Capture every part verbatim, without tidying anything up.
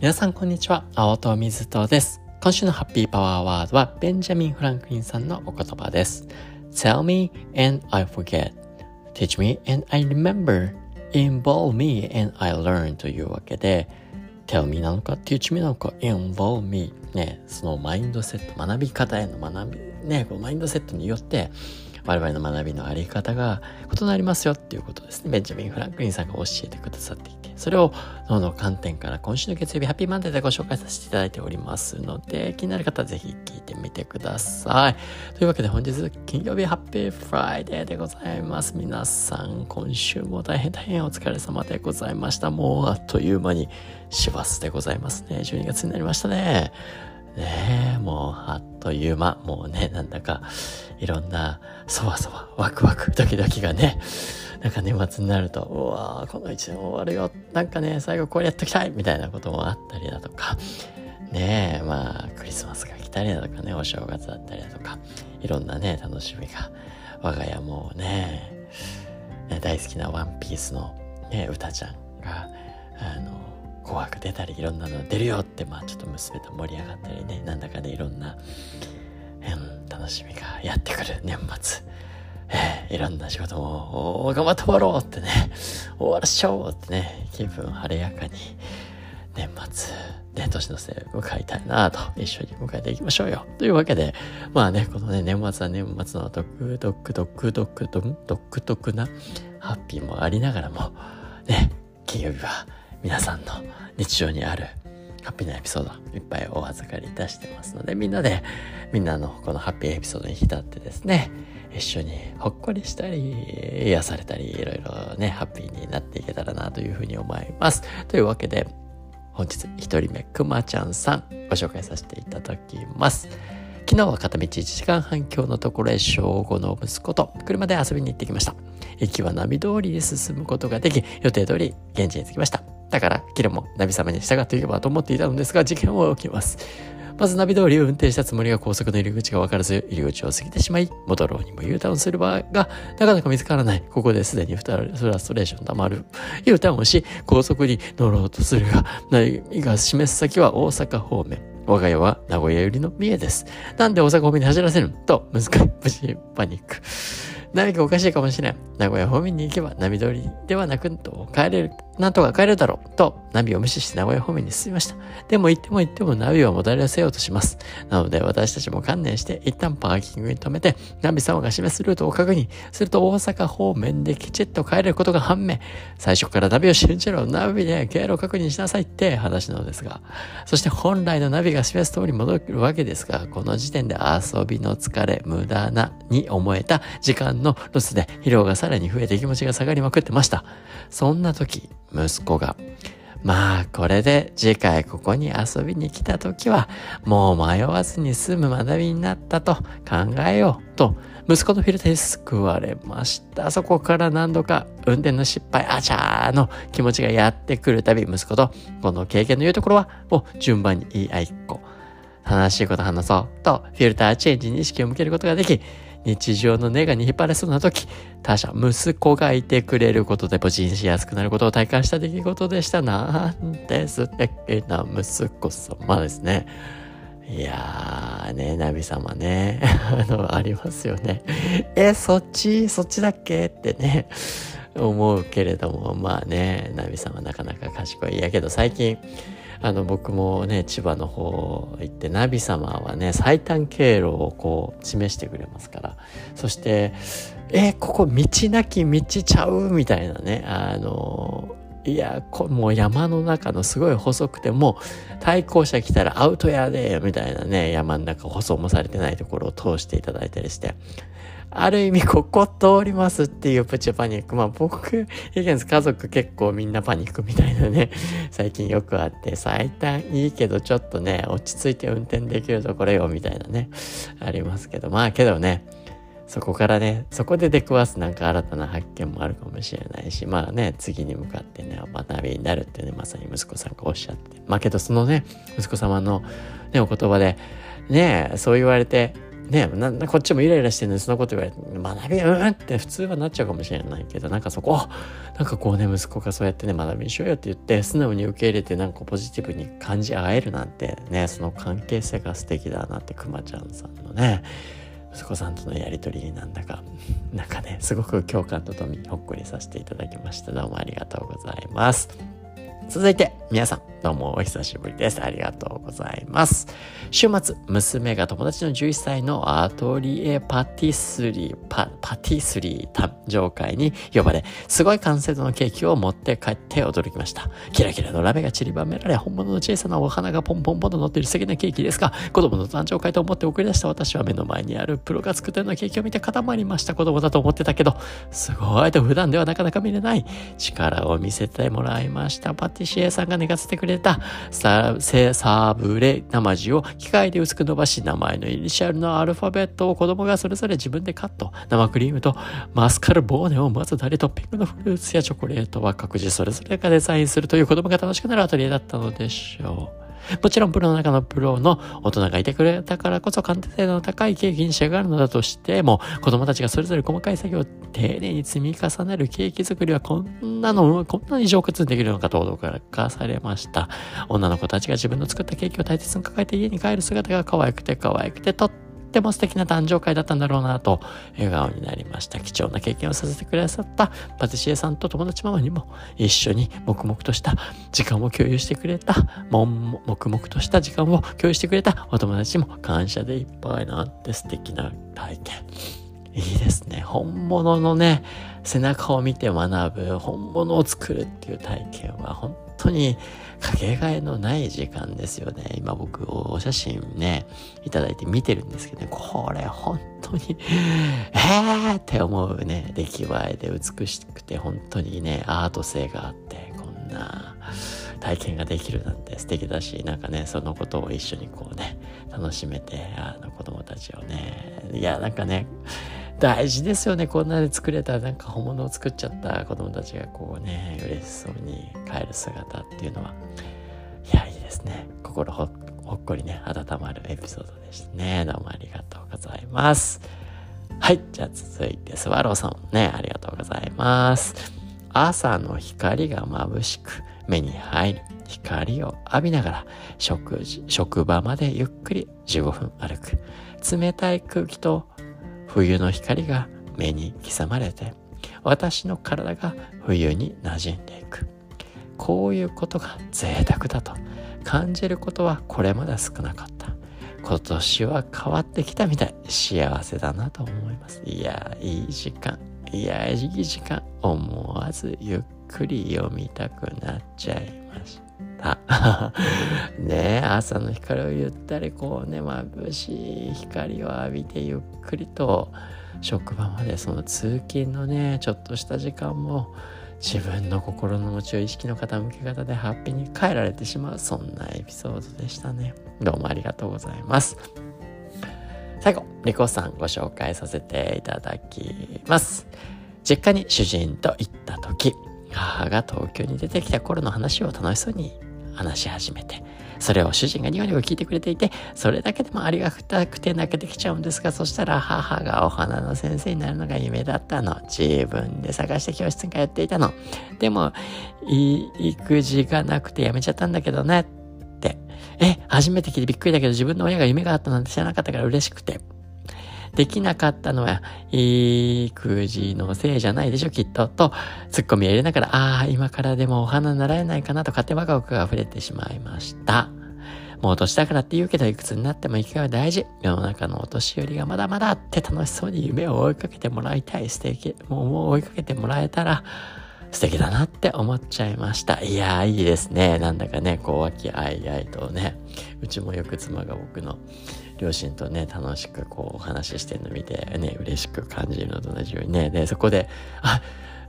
皆さんこんにちは、青戸水戸です。今週のハッピーパワーワードはベンジャミン・フランクリンさんのお言葉です。 Tell me and I forget, Teach me and I remember, Involve me and I learn というわけで、 Tell me なのか Teach me なのか Involve me ね、そのマインドセット、学び方への学びね、このマインドセットによって我々の学びのあり方が異なりますよっていうことですね。ベンジャミン・フランクリンさんが教えてくださっていて、それをその観点から今週の月曜日ハッピーマンデーでご紹介させていただいておりますので、気になる方はぜひ聞いてみてください。というわけで本日金曜日ハッピーフライデーでございます。皆さん今週も大変大変お疲れ様でございました。もうあっという間に師走でございますね。じゅうにがつになりましたね。ねえ、もうあっという間、もうね、なんだかいろんなそわそわワクワクドキドキがね、なんか年末になると、うわーこの一年終わるよ、なんかね最後これやっときたいみたいなこともあったりだとかね、えまあクリスマスが来たりだとかね、お正月だったりだとか、いろんなね楽しみが、我が家もね大好きなワンピースのね歌ちゃんがあの紅白出たり、いろんなの出るよって、まあちょっと娘と盛り上がったりね、なんだかでいろんな、うん、楽しみがやってくる年末、えー、いろんな仕事も頑張って終わろうってね、終わらしちゃおうってね、気分晴れやかに年末ね、年の瀬迎えたいなと、一緒に迎えていきましょうよというわけで、まあね、このね年末は年末の独特独特独特なハッピーもありながらもね、金曜日は皆さんの日常にあるハッピーなエピソードいっぱいお預かりいたしてますので、みんなでみんなのこのハッピーエピソードに浸ってですね、一緒にほっこりしたり癒されたり、いろいろねハッピーになっていけたらなというふうに思います。というわけで本日一人目くまちゃんさんご紹介させていただきます。昨日は片道いちじかんはん強のところへ小ごの息子と車で遊びに行ってきました。駅はナビ通りに進むことができ、予定通り現地に着きました。だからキルもナビ様に従っていけばと思っていたのですが、事件は起きます。まずナビ通りを運転したつもりが高速の入り口が分からず、入り口を過ぎてしまい、戻ろうにも U ターンする場がなかなか見つからない。ここですでにフラストレーションたまる。U ターンをし、高速に乗ろうとするが、ナビが示す先は大阪方面。我が家は名古屋寄りの三重です。なんで大阪方面に走らせると、息子無事パニック。何かおかしいかもしれん。名古屋方面に行けばナビ通りではなくと帰れる、なんとか帰れるだろうとナビを無視して名古屋方面に進みました。でも行っても行ってもナビはもたらせようとします。なので私たちも観念して一旦パーキングに止めてナビ様が示すルートを確認すると、大阪方面できちっと帰れることが判明。最初からナビを信じろ、ナビで経路を確認しなさいって話なのですが、そして本来のナビが示す通り戻るわけですが、この時点で遊びの疲れ、無駄なに思えた時間のロスで疲労がさらに増えて気持ちが下がりまくってました。そんな時息子が、まあこれで次回ここに遊びに来た時はもう迷わずに済む学びになったと考えようと息子のフィルターに救われました。そこから何度か運転の失敗あちゃーの気持ちがやってくるたび、息子とこの経験の言うところはを順番に言い合いっこ、話しいこと話そうとフィルターチェンジに意識を向けることができ、日常のネガに引っ張られそうな時、他者息子がいてくれることでポチンしやすくなることを体感した出来事でした。なんて素敵な息子様ですね。いやーね、ナビ様ねあのありますよね。えそっちそっちだっけってね思うけれども、まあね、ナビ様なかなか賢い。やけど最近あの僕もね千葉の方行って、ナビ様はね最短経路をこう示してくれますから、そしてえここ道なき道ちゃうみたいなね、あのいやこもう山の中のすごい細くて、もう対向車来たらアウトやでみたいなね、山の中舗装もされてないところを通していただいたりして、ある意味ここ通りますっていうプチパニック。まあ僕家族結構みんなパニックみたいなね最近よくあって、最短いいけどちょっとね落ち着いて運転できるところよみたいなねありますけど、まあけどねそこからねそこで出くわすなんか新たな発見もあるかもしれないし、まあね次に向かってね学びになるってね、まさに息子さんがおっしゃって、まあけどそのね息子様のねお言葉でねそう言われてね、なこっちもイライラしてるのにそのこと言われて、学びうんって普通はなっちゃうかもしれないけど、なんかそこ、なんかこうね、息子がそうやってね、学びにしようよって言って、素直に受け入れて、なんかポジティブに感じ合えるなんてね、その関係性が素敵だなって、くまちゃんさんのね、息子さんとのやりとりになんだか、なんかね、すごく共感とともにほっこりさせていただきました。どうもありがとうございます。続いて皆さんどうもお久しぶりです。ありがとうございます。週末娘が友達のじゅういっさいのアトリエパティスリーパ、パティスリー誕生会に呼ばれ、すごい完成度のケーキを持って帰って驚きました。キラキラのラメが散りばめられ、本物の小さなお花がポンポンポンと乗っている素敵なケーキですが、子供の誕生会と思って送り出した私は目の前にあるプロが作ったようなケーキを見て固まりました。子供だと思ってたけどすごいと普段ではなかなか見れない力を見せてもらいました。パティシエさんが願っててくれたサーブレ生地を機械で薄く伸ばし、名前のイニシャルのアルファベットを子供がそれぞれ自分でカット。生クリームとマスカルポーネをまず誰トッピングのフルーツやチョコレートは各自それぞれがデザインするという子供が楽しくなるアトリエだったのでしょう。もちろんプロの中のプロの大人がいてくれたからこそ完成度の高いケーキに仕上がるのだとしても、子供たちがそれぞれ細かい作業を丁寧に積み重ねるケーキ作りはこんなのこんなに上手にできるのかと驚かされました。女の子たちが自分の作ったケーキを大切に抱えて家に帰る姿が可愛くて可愛くてとってとても素敵な誕生会だったんだろうなと笑顔になりました。貴重な経験をさせてくださったパティシエさんと友達ママにも一緒に黙々とした時間を共有してくれた黙々とした時間を共有してくれたお友達も感謝でいっぱいなんて素敵な体験。いいですね。本物のね背中を見て学ぶ、本物を作るっていう体験は本当にかけがえのない時間ですよね。今僕お写真ねいただいて見てるんですけどね、これ本当にえーって思うね出来栄えで美しくて本当にねアート性があって、こんな体験ができるなんて素敵だし、なんかねそのことを一緒にこうね楽しめて、あの子供たちをね、いやなんかね大事ですよね。こんなで作れたなんか本物を作っちゃった子供たちがこうね嬉しそうに帰る姿っていうのは、いやいいですね。心ほ っ, ほっこりね温まるエピソードでしたね。どうもありがとうございます。はい、じゃあ続いてスワローさんね、ありがとうございます。朝の光が眩しく目に入る光を浴びながら食事職場までゆっくりじゅうごふん歩く。冷たい空気と冬の光が目に刻まれて、私の体が冬に馴染んでいく。こういうことが贅沢だと感じることはこれまで少なかった。今年は変わってきたみたい。幸せだなと思います。いやいい時間、いやいい時間。思わずゆっくり読みたくなっちゃいましたねえ、朝の光をゆったりこうね眩しい光を浴びてゆっくりと職場まで、その通勤のねちょっとした時間も自分の心の持ちを意識の傾き方でハッピーに変えられてしまう、そんなエピソードでしたね。どうもありがとうございます。最後リコさんご紹介させていただきます。実家に主人と行った時、母が東京に出てきた頃の話を楽しそうに話し始めて、それを主人がニコニコ聞いてくれていて、それだけでもありがたくて泣けてきちゃうんですが、そしたら母がお花の先生になるのが夢だったの。自分で探して教室に通っていたの。でも育児がなくてやめちゃったんだけどねって。え、初めて聞いてびっくりだけど、自分の親が夢があったなんて知らなかったから嬉しくて。できなかったのは育児のせいじゃないでしょきっととツッコミを入れながら、ああ今からでもお花習えないかなと勝手ワクワクが溢れてしまいました。もう年だからって言うけど、いくつになっても生きがいは大事。世の中のお年寄りがまだまだあって楽しそうに夢を追いかけてもらいたい。素敵。もうもう追いかけてもらえたら素敵だなって思っちゃいました。いやーいいですね。なんだかねこう和気あいあいとね、うちもよく妻が僕の両親とね楽しくこうお話ししてるの見てね嬉しく感じるのと同じようにね、でそこであ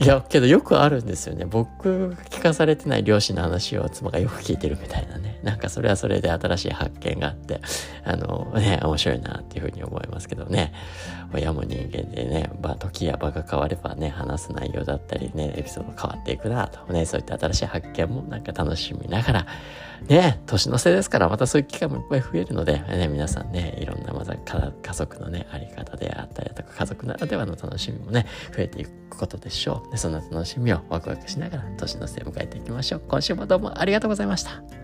いや、けどよくあるんですよね。僕が聞かされてない両親の話を妻がよく聞いてるみたいなね。なんかそれはそれで新しい発見があって、あのね、面白いなっていうふうに思いますけどね。親も人間でね、まあ時や場が変わればね、話す内容だったりね、エピソード変わっていくなとね、そういった新しい発見もなんか楽しみながら、ね、年の瀬ですからまたそういう機会もいっぱい増えるので、ね、皆さんね、いろんなまた家族のね、あり方であったりとか、家族ならではの楽しみもね、増えていくことでしょう。で、そんな楽しみをワクワクしながら年の瀬を迎えていきましょう。今週もどうもありがとうございました。